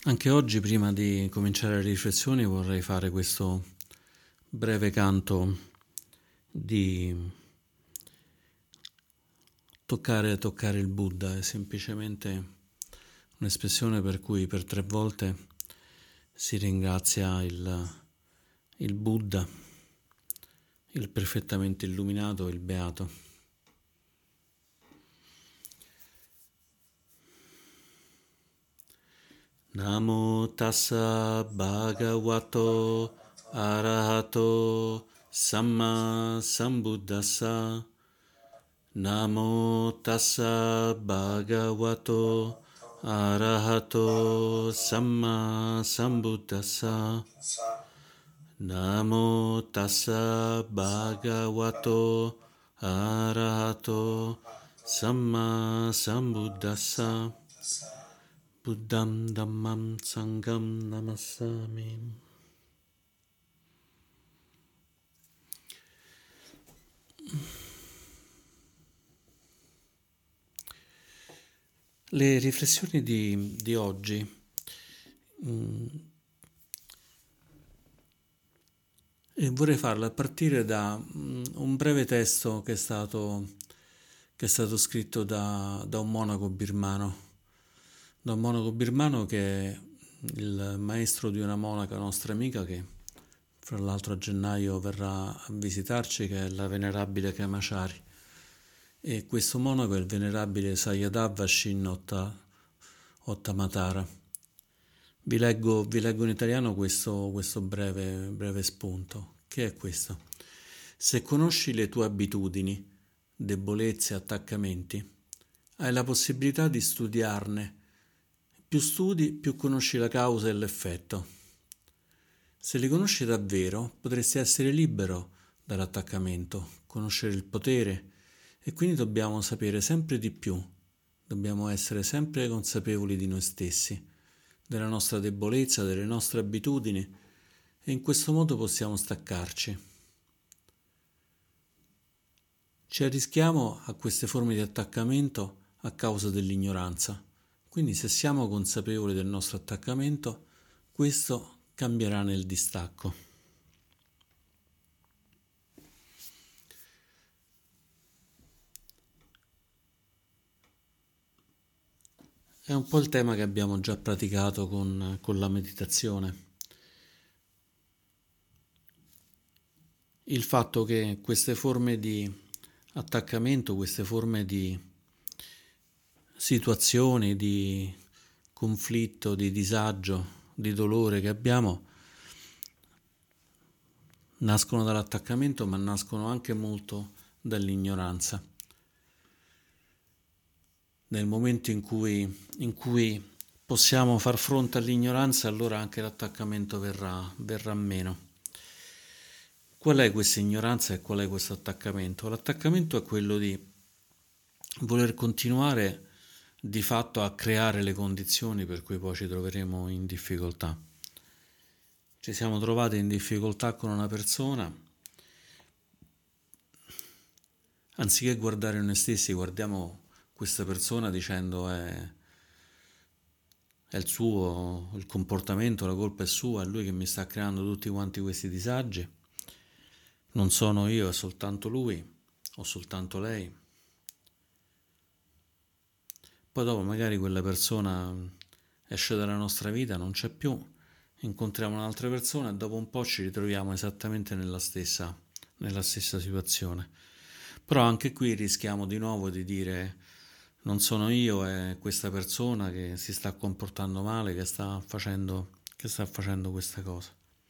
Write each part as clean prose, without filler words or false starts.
Anche oggi, prima di cominciare le riflessioni, vorrei fare questo breve canto di toccare il Buddha. È semplicemente un'espressione per cui per 3 volte si ringrazia il Buddha, il perfettamente illuminato, il beato. Namo tassa bhagavato arahato samma sambuddhassa. Namo tassa bhagavato arahato samma sambuddhassa. Namo tassa bhagavato arahato samma sambuddhassa. Buddham Dhammam Sangham Namassami. Le riflessioni di oggi e vorrei farle a partire da un breve testo che è stato scritto da un monaco birmano che è il maestro di una monaca nostra amica che fra l'altro a gennaio verrà a visitarci, che è la venerabile Kamachari. E questo monaco è il venerabile Sayadaw Shinnotta Ottamatara. Vi leggo in italiano questo breve spunto, che è questo. Se conosci le tue abitudini, debolezze e attaccamenti, hai la possibilità di studiarne. Più studi, più conosci la causa e l'effetto. Se li conosci davvero, potresti essere libero dall'attaccamento, conoscere il potere, e quindi dobbiamo sapere sempre di più, dobbiamo essere sempre consapevoli di noi stessi, della nostra debolezza, delle nostre abitudini, e in questo modo possiamo staccarci. Ci arrischiamo a queste forme di attaccamento a causa dell'ignoranza, quindi se siamo consapevoli del nostro attaccamento, questo cambierà nel distacco. È un po' il tema che abbiamo già praticato con la meditazione. Il fatto che queste forme di attaccamento, queste forme di situazioni, di conflitto, di disagio, di dolore che abbiamo, nascono dall'attaccamento, ma nascono anche molto dall'ignoranza. Nel momento in cui possiamo far fronte all'ignoranza, allora anche l'attaccamento verrà meno. Qual è questa ignoranza e qual è questo attaccamento? L'attaccamento è quello di voler continuare di fatto a creare le condizioni per cui poi ci troveremo in difficoltà. Ci siamo trovati in difficoltà con una persona, anziché guardare noi stessi, guardiamo questa persona dicendo è il suo, il comportamento, la colpa è sua, è lui che mi sta creando tutti quanti questi disagi. Non sono io, è soltanto lui o soltanto lei. Poi dopo magari quella persona esce dalla nostra vita, non c'è più, incontriamo un'altra persona e dopo un po' ci ritroviamo esattamente nella stessa situazione. Però anche qui rischiamo di nuovo di dire non sono io, è questa persona che si sta comportando male, che sta facendo questa cosa.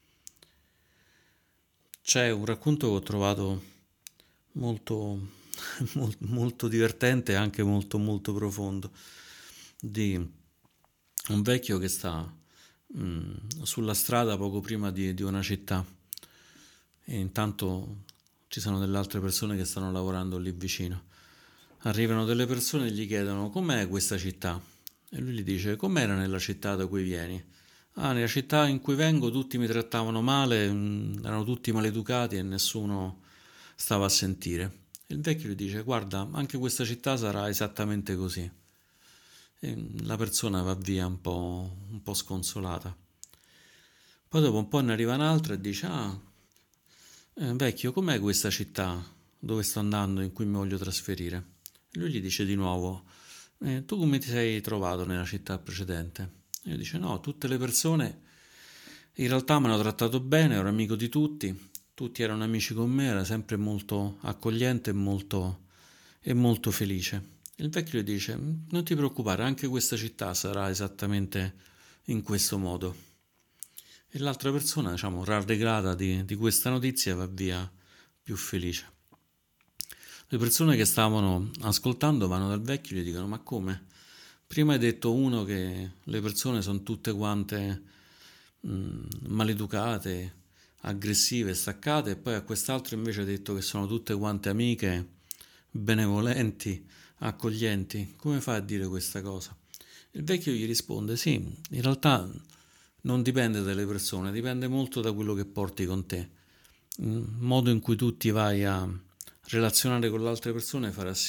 C'è un racconto che ho trovato molto, molto divertente e anche molto profondo di un vecchio che sta sulla strada poco prima di una città e intanto ci sono delle altre persone che stanno lavorando lì vicino. Arrivano delle persone e gli chiedono com'è questa città e lui gli dice com'era nella città da cui vieni. Ah, nella città in cui vengo tutti mi trattavano male, erano tutti maleducati e nessuno stava a sentire. E il vecchio gli dice guarda, anche questa città sarà esattamente così. e la persona va via un po' sconsolata. Poi dopo un po' ne arriva un'altra e dice: Ah, vecchio, com'è questa città dove sto andando, in cui mi voglio trasferire? E lui gli dice di nuovo: Tu come ti sei trovato nella città precedente? E io dice: No, tutte le persone in realtà mi hanno trattato bene, ero amico di tutti, tutti erano amici con me, era sempre molto accogliente e molto felice. Il vecchio gli dice: Non ti preoccupare, anche questa città sarà esattamente in questo modo. E l'altra persona, diciamo, rallegrata di questa notizia, va via più felice. Le persone che stavano ascoltando vanno dal vecchio e gli dicono: Ma come? Prima hai detto uno che le persone sono tutte quante maleducate, aggressive, staccate, e poi a quest'altro invece hai detto che sono tutte quante amiche, benevolenti, accoglienti. Come fai a dire questa cosa? Il vecchio gli risponde: Sì, in realtà non dipende dalle persone, dipende molto da quello che porti con te. Il modo in cui tu ti vai a relazionare con le altre persone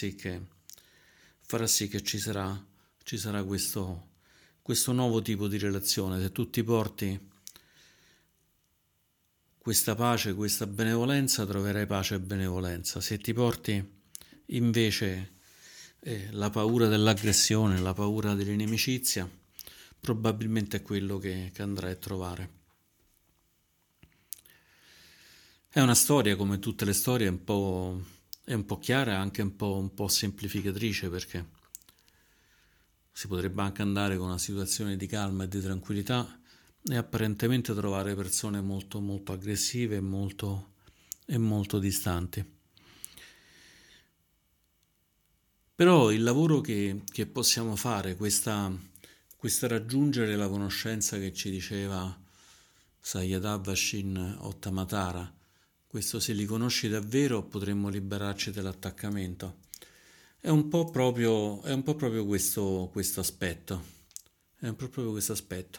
farà sì che ci sarà questo nuovo tipo di relazione. Se tu ti porti questa pace, questa benevolenza, troverai pace e benevolenza. Se ti porti invece la paura dell'aggressione, la paura dell'inimicizia, probabilmente è quello che andrai a trovare. È una storia, come tutte le storie, è un po' chiara e anche un po' semplificatrice, perché si potrebbe anche andare con una situazione di calma e di tranquillità e apparentemente trovare persone molto molto aggressive e molto distanti. Però il lavoro che possiamo fare, questa raggiungere la conoscenza che ci diceva Sayadaw Vashin Ottamatara, questo se li conosci davvero potremmo liberarci dall'attaccamento. È un po' proprio questo aspetto. È un po' proprio questo aspetto.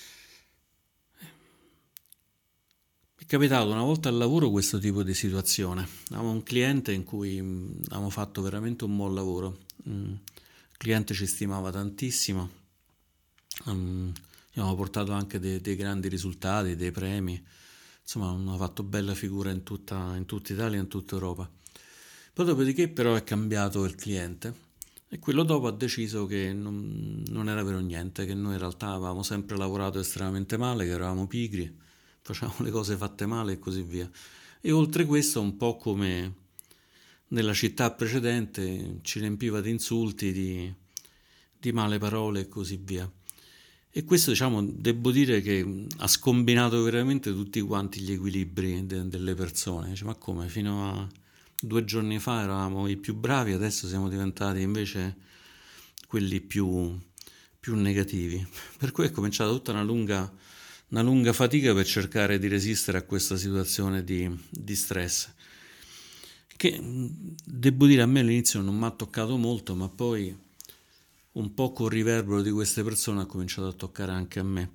Mi è capitato una volta al lavoro questo tipo di situazione. Avevo un cliente in cui avevamo fatto veramente un buon lavoro. Il cliente ci stimava tantissimo. Abbiamo portato anche dei grandi risultati, dei premi. Insomma, hanno fatto bella figura in tutta Italia e in tutta Europa. Poi dopodiché però è cambiato il cliente e quello dopo ha deciso che non era vero niente, che noi in realtà avevamo sempre lavorato estremamente male, che eravamo pigri, facevamo le cose fatte male e così via. E oltre questo, un po' come nella città precedente, ci riempiva di insulti, di male parole e così via. E questo, diciamo, devo dire che ha scombinato veramente tutti quanti gli equilibri delle persone. Dice, ma come? Fino a 2 giorni fa eravamo i più bravi, adesso siamo diventati invece quelli più negativi. Per cui è cominciata tutta una lunga fatica per cercare di resistere a questa situazione di stress. Che devo dire a me all'inizio non mi ha toccato molto, ma poi un po' col riverbero di queste persone ha cominciato a toccare anche a me.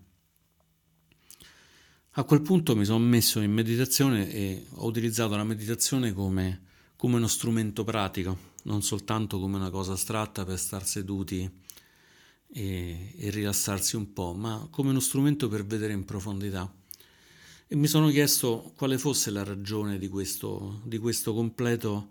A quel punto mi sono messo in meditazione e ho utilizzato la meditazione come uno strumento pratico, non soltanto come una cosa astratta per star seduti e rilassarsi un po', ma come uno strumento per vedere in profondità. E mi sono chiesto quale fosse la ragione di questo completo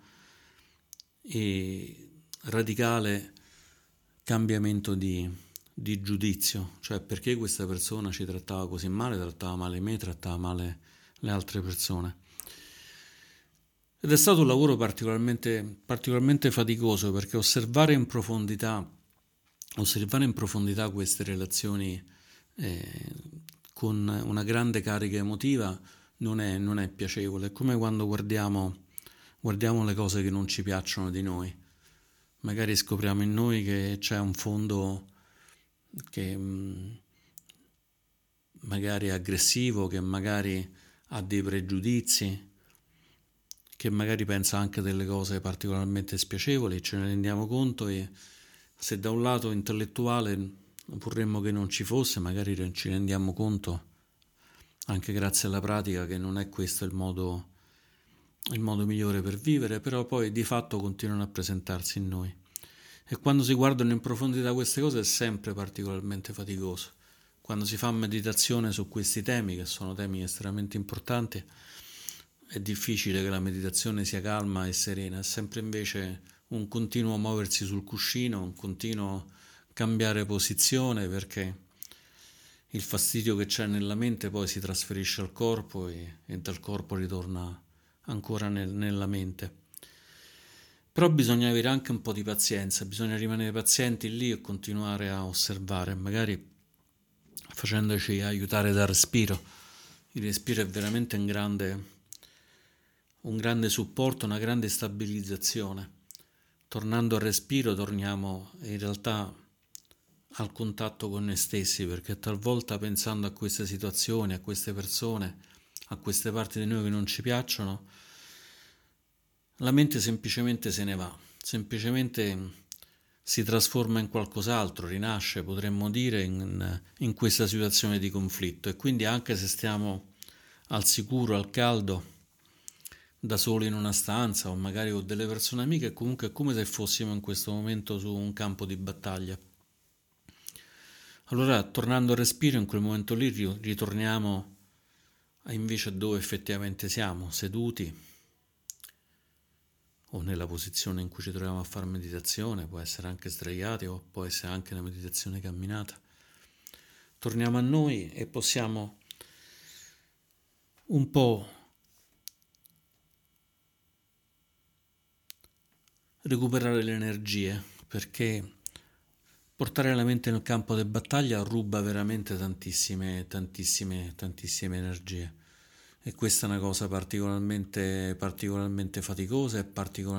e radicale cambiamento di giudizio, cioè perché questa persona ci trattava così male, trattava male me, trattava male le altre persone. Ed è stato un lavoro particolarmente faticoso, perché osservare in profondità queste relazioni con una grande carica emotiva non è piacevole. È come quando guardiamo le cose che non ci piacciono di noi. Magari scopriamo in noi che c'è un fondo che magari è aggressivo, che magari ha dei pregiudizi, che magari pensa anche delle cose particolarmente spiacevoli, ce ne rendiamo conto, e se da un lato intellettuale vorremmo che non ci fosse, magari ci rendiamo conto, anche grazie alla pratica, che non è questo il modo migliore per vivere, però poi di fatto continuano a presentarsi in noi. E quando si guardano in profondità queste cose è sempre particolarmente faticoso. Quando si fa meditazione su questi temi, che sono temi estremamente importanti, è difficile che la meditazione sia calma e serena, è sempre invece un continuo muoversi sul cuscino, un continuo cambiare posizione, perché il fastidio che c'è nella mente poi si trasferisce al corpo e dal corpo ritorna ancora nella mente. Però bisogna avere anche un po' di pazienza, bisogna rimanere pazienti lì e continuare a osservare, magari facendoci aiutare dal respiro. Il respiro è veramente un grande supporto, una grande stabilizzazione. Tornando al respiro torniamo in realtà al contatto con noi stessi, perché talvolta pensando a queste situazioni, a queste persone, a queste parti di noi che non ci piacciono, la mente semplicemente se ne va, semplicemente si trasforma in qualcos'altro, rinasce, potremmo dire, in questa situazione di conflitto. E quindi anche se stiamo al sicuro, al caldo, da soli in una stanza o magari con delle persone amiche, comunque è come se fossimo in questo momento su un campo di battaglia. Allora, tornando al respiro, in quel momento lì ritorniamo invece a dove effettivamente siamo, seduti o nella posizione in cui ci troviamo a fare meditazione, può essere anche sdraiati o può essere anche una meditazione camminata. Torniamo a noi e possiamo un po' recuperare le energie, perché portare la mente nel campo di battaglia ruba veramente tantissime energie. E questa è una cosa particolarmente faticosa e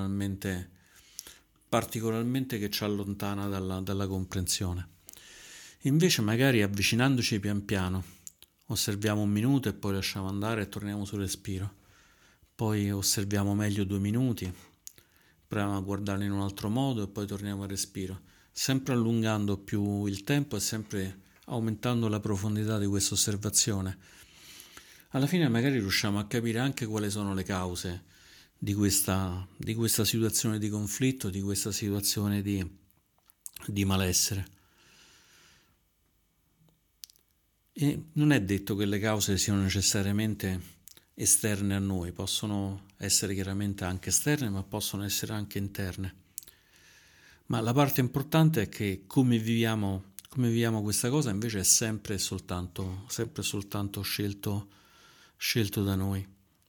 particolarmente che ci allontana dalla comprensione. Invece magari avvicinandoci pian piano, osserviamo un minuto e poi lasciamo andare e torniamo sul respiro. Poi osserviamo meglio 2 minuti, proviamo a guardarlo in un altro modo e poi torniamo al respiro, sempre allungando più il tempo e sempre aumentando la profondità di questa osservazione. Alla fine magari riusciamo a capire anche quali sono le cause di questa situazione di conflitto, di questa situazione di malessere. E non è detto che le cause siano necessariamente esterne a noi, possono essere chiaramente anche esterne, ma possono essere anche interne. Ma la parte importante è che come viviamo questa cosa invece è sempre e soltanto scelto da noi.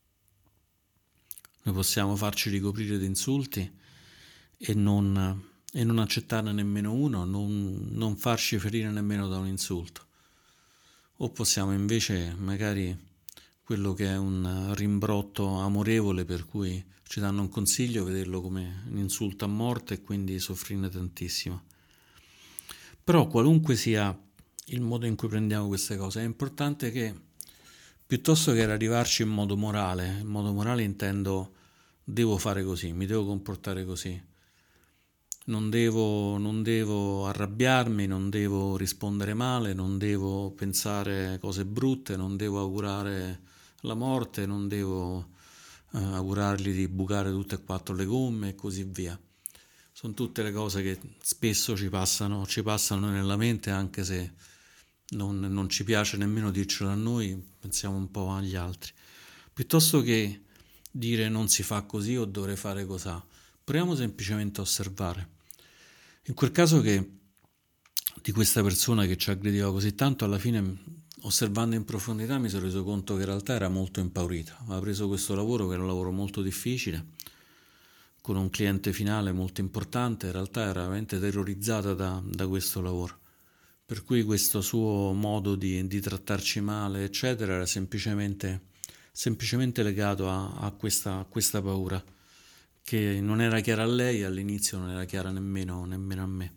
Noi possiamo farci ricoprire di insulti e non accettarne nemmeno uno, non farci ferire nemmeno da un insulto. O possiamo invece magari quello che è un rimbrotto amorevole per cui ci danno un consiglio, vederlo come un insulto a morte e quindi soffrirne tantissimo. Però qualunque sia il modo in cui prendiamo queste cose, è importante che piuttosto che arrivarci in modo morale intendo devo fare così, mi devo comportare così, non devo arrabbiarmi, non devo rispondere male, non devo pensare cose brutte, non devo augurare la morte, non devo augurargli di bucare tutte e 4 le gomme e così via. Sono tutte le cose che spesso ci passano nella mente, anche se non ci piace nemmeno dircelo a noi, pensiamo un po' agli altri. Piuttosto che dire non si fa così o dovrei fare così, proviamo semplicemente a osservare. In quel caso di questa persona che ci aggrediva così tanto, alla fine, osservando in profondità, mi sono reso conto che in realtà era molto impaurita. Aveva preso questo lavoro che era un lavoro molto difficile, con un cliente finale molto importante, in realtà era veramente terrorizzata da questo lavoro. Per cui questo suo modo di trattarci male, eccetera, era semplicemente legato a questa paura, che non era chiara a lei e all'inizio non era chiara nemmeno a me.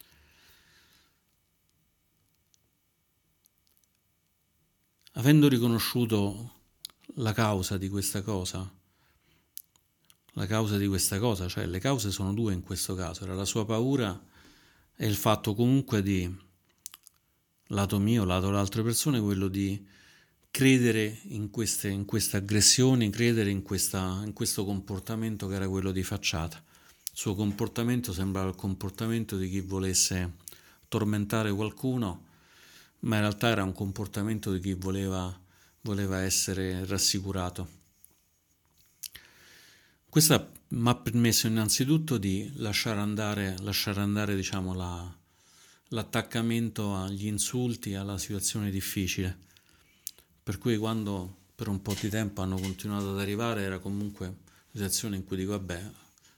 Avendo riconosciuto la causa di questa cosa, cioè le cause sono 2 in questo caso, era la sua paura e il fatto comunque lato mio, lato delle altre persone, quello di credere in queste aggressioni, credere in questo comportamento che era quello di facciata. suo comportamento sembrava il comportamento di chi volesse tormentare qualcuno, ma in realtà era un comportamento di chi voleva essere rassicurato. Questo mi ha permesso innanzitutto di lasciare andare diciamo, l'attaccamento agli insulti, alla situazione difficile. Per cui quando per un po' di tempo hanno continuato ad arrivare era comunque una situazione in cui dico vabbè,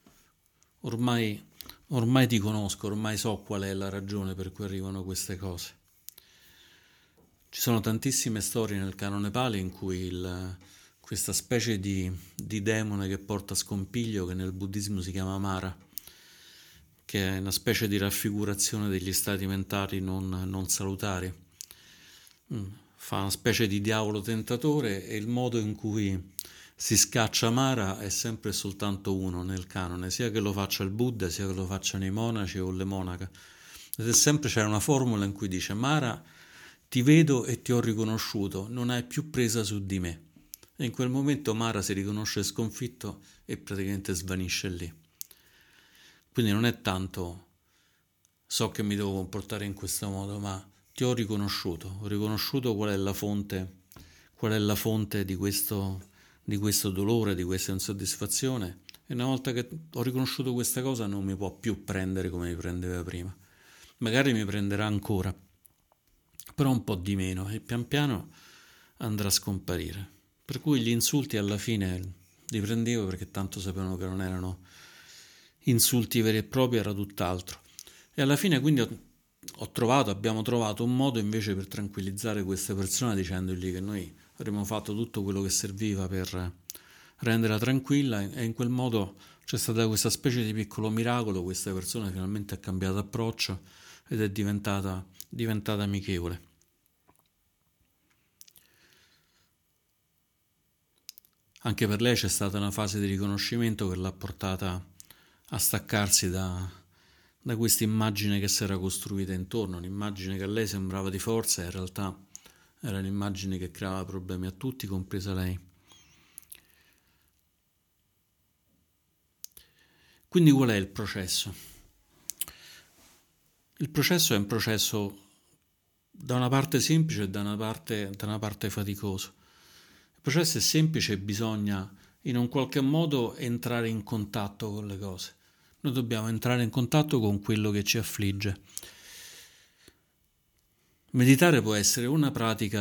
ormai ti conosco, ormai so qual è la ragione per cui arrivano queste cose. Ci sono tantissime storie nel canone Pali in cui questa specie di demone che porta scompiglio, che nel buddismo si chiama Mara, che è una specie di raffigurazione degli stati mentali non salutari, fa una specie di diavolo tentatore, e il modo in cui si scaccia Mara è sempre soltanto uno nel canone, sia che lo faccia il Buddha, sia che lo facciano i monaci o le monache. Ed è sempre c'è una formula in cui dice: Mara, ti vedo e ti ho riconosciuto, non hai più presa su di me. E in quel momento Mara si riconosce sconfitto e praticamente svanisce lì. Quindi non è tanto so che mi devo comportare in questo modo, ma ti ho riconosciuto qual è la fonte di questo dolore, di questa insoddisfazione, e una volta che ho riconosciuto questa cosa non mi può più prendere come mi prendeva prima. Magari mi prenderà ancora, però un po' di meno, e pian piano andrà a scomparire. Per cui gli insulti alla fine li prendevo perché tanto sapevano che non erano insulti veri e propri, era tutt'altro. E alla fine quindi abbiamo trovato un modo invece per tranquillizzare queste persone, dicendogli che noi avremmo fatto tutto quello che serviva per renderla tranquilla, e in quel modo c'è stata questa specie di piccolo miracolo, questa persona finalmente ha cambiato approccio ed è diventata amichevole. Anche per lei c'è stata una fase di riconoscimento che l'ha portata a staccarsi da questa immagine che si era costruita intorno, un'immagine che a lei sembrava di forza e in realtà era l'immagine che creava problemi a tutti, compresa lei. Quindi qual è il processo? Il processo è un processo da una parte semplice e da una parte faticoso. Il processo è semplice e bisogna in un qualche modo entrare in contatto con le cose. Noi dobbiamo entrare in contatto con quello che ci affligge. Meditare può essere una pratica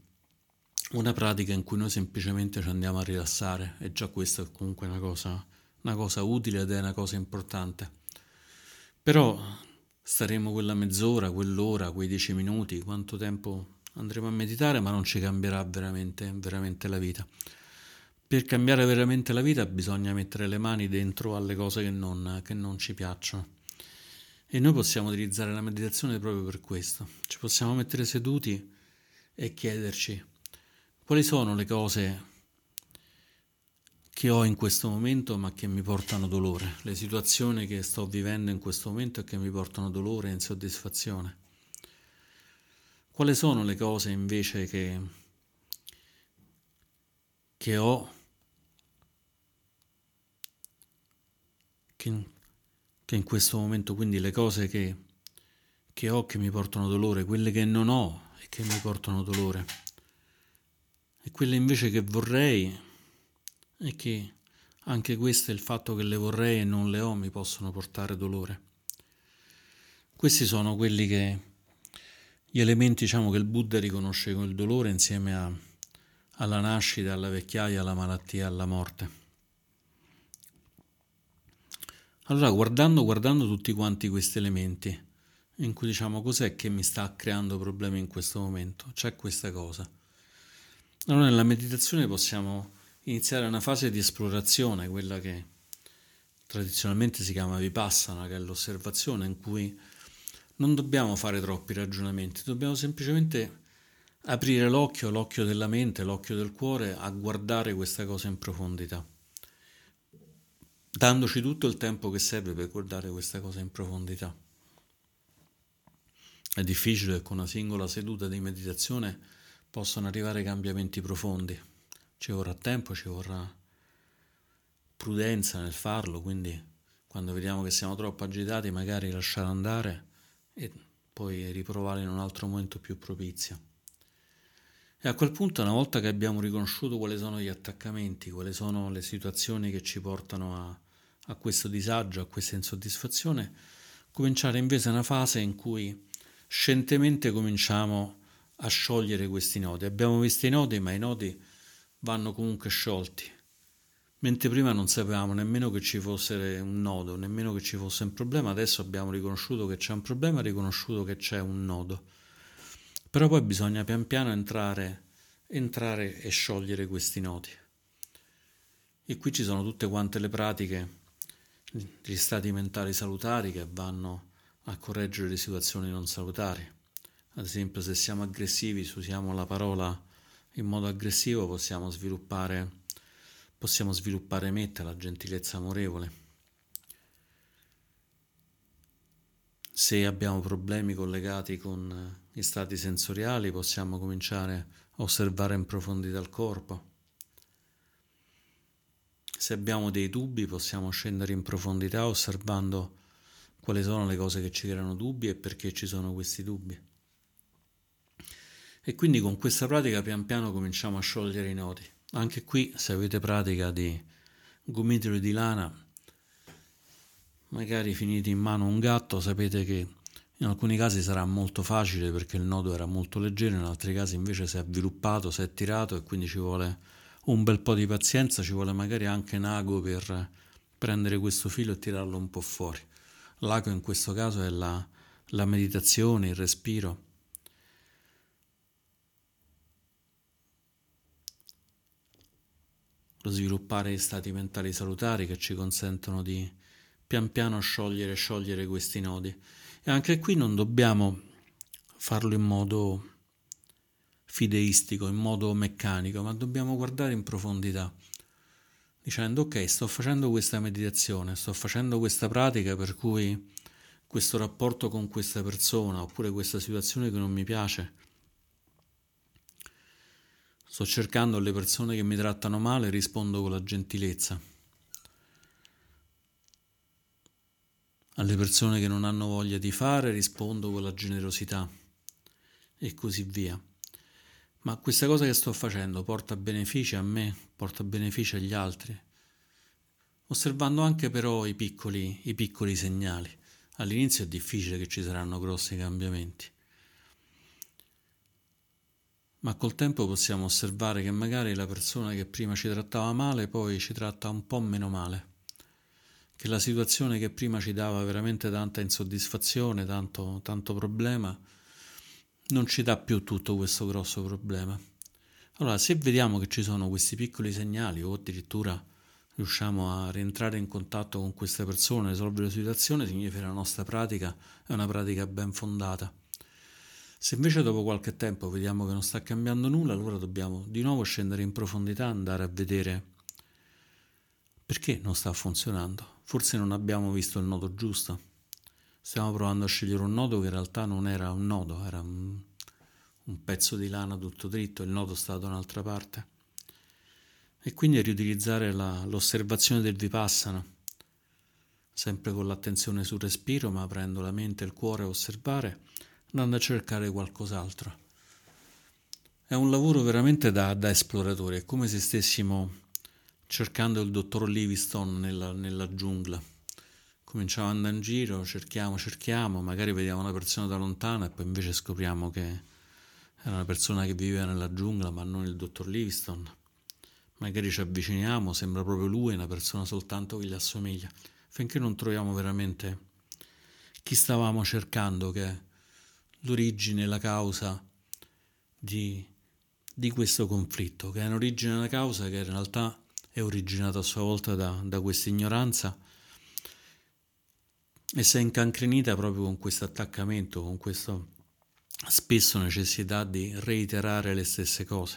in cui noi semplicemente ci andiamo a rilassare, e già questa è comunque una cosa utile ed è una cosa importante. Però staremo quella mezz'ora, quell'ora, quei 10 minuti, quanto tempo andremo a meditare, ma non ci cambierà veramente la vita. Per cambiare veramente la vita bisogna mettere le mani dentro alle cose che non ci piacciono. E noi possiamo utilizzare la meditazione proprio per questo. Ci possiamo mettere seduti e chiederci quali sono le cose che ho in questo momento ma che mi portano dolore, le situazioni che sto vivendo in questo momento e che mi portano dolore e insoddisfazione. Quali sono le cose invece che ho che in questo momento, quindi le cose che ho che mi portano dolore, quelle che non ho e che mi portano dolore, e quelle invece che vorrei, e che anche questo, il fatto che le vorrei e non le ho, mi possono portare dolore. Questi sono gli elementi, diciamo, che il Buddha riconosce come il dolore insieme alla nascita, alla vecchiaia, alla malattia, alla morte. Allora, guardando tutti quanti questi elementi, in cui diciamo cos'è che mi sta creando problemi in questo momento, c'è questa cosa. Allora nella meditazione possiamo iniziare una fase di esplorazione, quella che tradizionalmente si chiama Vipassana, che è l'osservazione, in cui non dobbiamo fare troppi ragionamenti, dobbiamo semplicemente aprire l'occhio della mente, l'occhio del cuore, a guardare questa cosa in profondità, dandoci tutto il tempo che serve per guardare questa cosa in profondità. È difficile che con una singola seduta di meditazione possano arrivare cambiamenti profondi. Ci vorrà tempo, ci vorrà prudenza nel farlo, quindi quando vediamo che siamo troppo agitati, magari lasciare andare e poi riprovare in un altro momento più propizio. E a quel punto, una volta che abbiamo riconosciuto quali sono gli attaccamenti, quali sono le situazioni che ci portano a questo disagio, a questa insoddisfazione, cominciare invece una fase in cui scientemente cominciamo a sciogliere questi nodi. Abbiamo visto i nodi, ma i nodi vanno comunque sciolti. Mentre prima non sapevamo nemmeno che ci fosse un nodo, nemmeno che ci fosse un problema, adesso abbiamo riconosciuto che c'è un problema, riconosciuto che c'è un nodo. Però poi bisogna pian piano entrare e sciogliere questi nodi. E qui ci sono tutte quante le pratiche, gli stati mentali salutari che vanno a correggere le situazioni non salutari. Ad esempio, se siamo aggressivi, se usiamo la parola in modo aggressivo, possiamo sviluppare metta, la gentilezza amorevole. Se abbiamo problemi collegati con gli stati sensoriali, possiamo cominciare a osservare in profondità il corpo. Se abbiamo dei dubbi, possiamo scendere in profondità osservando quali sono le cose che ci creano dubbi e perché ci sono questi dubbi. E quindi con questa pratica pian piano cominciamo a sciogliere i nodi. Anche qui, se avete pratica di gomitoli di lana, magari finiti in mano un gatto, sapete che in alcuni casi sarà molto facile perché il nodo era molto leggero, in altri casi invece si è avviluppato, si è tirato e quindi ci vuole un bel po' di pazienza, ci vuole magari anche un ago per prendere questo filo e tirarlo un po' fuori. L'ago in questo caso è la meditazione, il respiro. Lo sviluppare gli stati mentali salutari che ci consentono di pian piano sciogliere questi nodi. E anche qui non dobbiamo farlo in modo fideistico, in modo meccanico, ma dobbiamo guardare in profondità, dicendo ok, sto facendo questa meditazione, sto facendo questa pratica per cui questo rapporto con questa persona oppure questa situazione che non mi piace, sto cercando alle persone che mi trattano male, rispondo con la gentilezza. Alle persone che non hanno voglia di fare, rispondo con la generosità e così via. Ma questa cosa che sto facendo porta benefici a me, porta benefici agli altri, osservando anche però i piccoli segnali. All'inizio è difficile che ci saranno grossi cambiamenti, ma col tempo possiamo osservare che magari la persona che prima ci trattava male poi ci tratta un po' meno male, che la situazione che prima ci dava veramente tanta insoddisfazione, tanto problema, non ci dà più tutto questo grosso problema. Allora, se vediamo che ci sono questi piccoli segnali o addirittura riusciamo a rientrare in contatto con queste persone, risolvere la situazione, significa che la nostra pratica è una pratica ben fondata. Se invece dopo qualche tempo vediamo che non sta cambiando nulla, allora dobbiamo di nuovo scendere in profondità, andare a vedere perché non sta funzionando. Forse non abbiamo visto il nodo giusto. Stiamo provando a scegliere un nodo che in realtà non era un nodo, era un pezzo di lana tutto dritto, il nodo stava da un'altra parte. E quindi riutilizzare l'osservazione del Vipassana, sempre con l'attenzione sul respiro, ma aprendo la mente e il cuore a osservare, andando a cercare qualcos'altro. È un lavoro veramente da esploratori, è come se stessimo cercando il dottor Livingstone nella giungla. Cominciamo ad andare in giro, cerchiamo, magari vediamo una persona da lontano e poi invece scopriamo che era una persona che viveva nella giungla, ma non il dottor Livingstone. Magari ci avviciniamo, sembra proprio lui, una persona soltanto che gli assomiglia, finché non troviamo veramente chi stavamo cercando, che è l'origine, la causa di questo conflitto, che è un'origine, una causa che in realtà è originata a sua volta da questa ignoranza e si è incancrenita proprio con questo attaccamento, con questa spesso necessità di reiterare le stesse cose.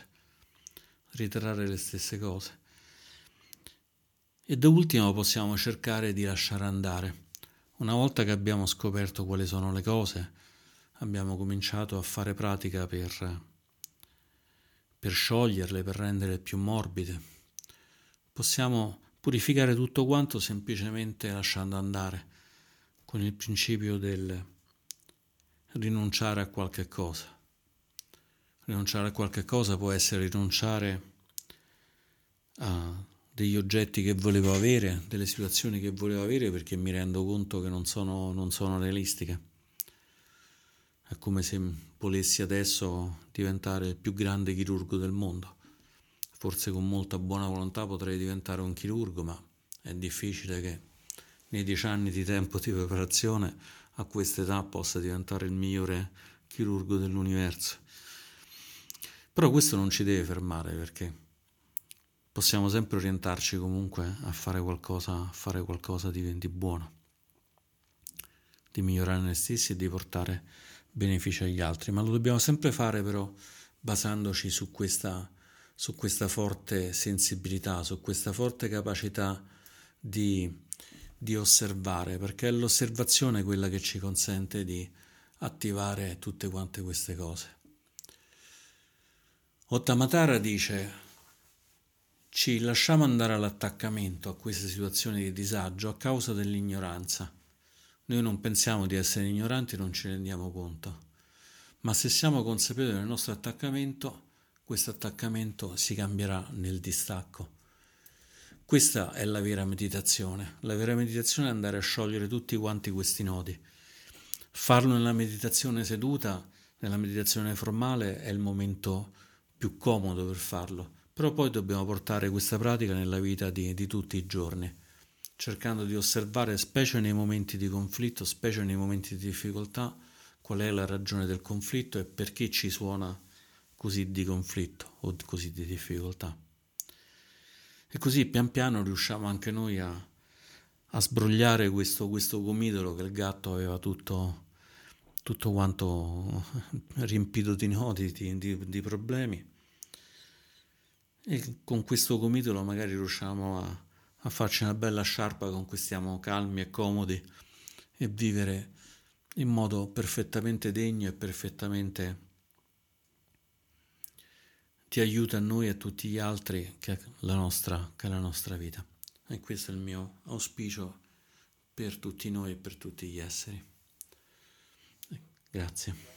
E da ultimo possiamo cercare di lasciare andare. Una volta che abbiamo scoperto quali sono le cose, abbiamo cominciato a fare pratica per scioglierle, per renderle più morbide. Possiamo purificare tutto quanto semplicemente lasciando andare, con il principio del rinunciare a qualche cosa. Rinunciare a qualche cosa può essere rinunciare a degli oggetti che volevo avere, delle situazioni che volevo avere perché mi rendo conto che non sono realistiche. È come se volessi adesso diventare il più grande chirurgo del mondo. Forse con molta buona volontà potrei diventare un chirurgo, ma è difficile che nei 10 anni di tempo di preparazione a questa età possa diventare il migliore chirurgo dell'universo. Però questo non ci deve fermare, perché possiamo sempre orientarci comunque a fare qualcosa di buono, di migliorare noi stessi e di portare benefici agli altri, ma lo dobbiamo sempre fare però basandoci su questa forte sensibilità, su questa forte capacità di osservare, perché è l'osservazione quella che ci consente di attivare tutte quante queste cose. Ottamatara dice: ci lasciamo andare all'attaccamento a queste situazioni di disagio a causa dell'ignoranza. Noi non pensiamo di essere ignoranti, non ci rendiamo conto, ma se siamo consapevoli del nostro attaccamento, questo attaccamento si cambierà nel distacco. Questa è la vera meditazione. La vera meditazione è andare a sciogliere tutti quanti questi nodi. Farlo nella meditazione seduta, nella meditazione formale, è il momento più comodo per farlo, però poi dobbiamo portare questa pratica nella vita di tutti i giorni, cercando di osservare, specie nei momenti di conflitto, specie nei momenti di difficoltà, qual è la ragione del conflitto e perché ci suona così di conflitto o così di difficoltà. E così pian piano riusciamo anche noi a sbrogliare questo gomitolo che il gatto aveva tutto quanto riempito di nodi, di problemi, e con questo gomitolo magari riusciamo a farci una bella sciarpa con cui stiamo calmi e comodi e vivere in modo perfettamente degno e perfettamente di aiuto a noi e a tutti gli altri che è la nostra vita. E questo è il mio auspicio per tutti noi e per tutti gli esseri. Grazie.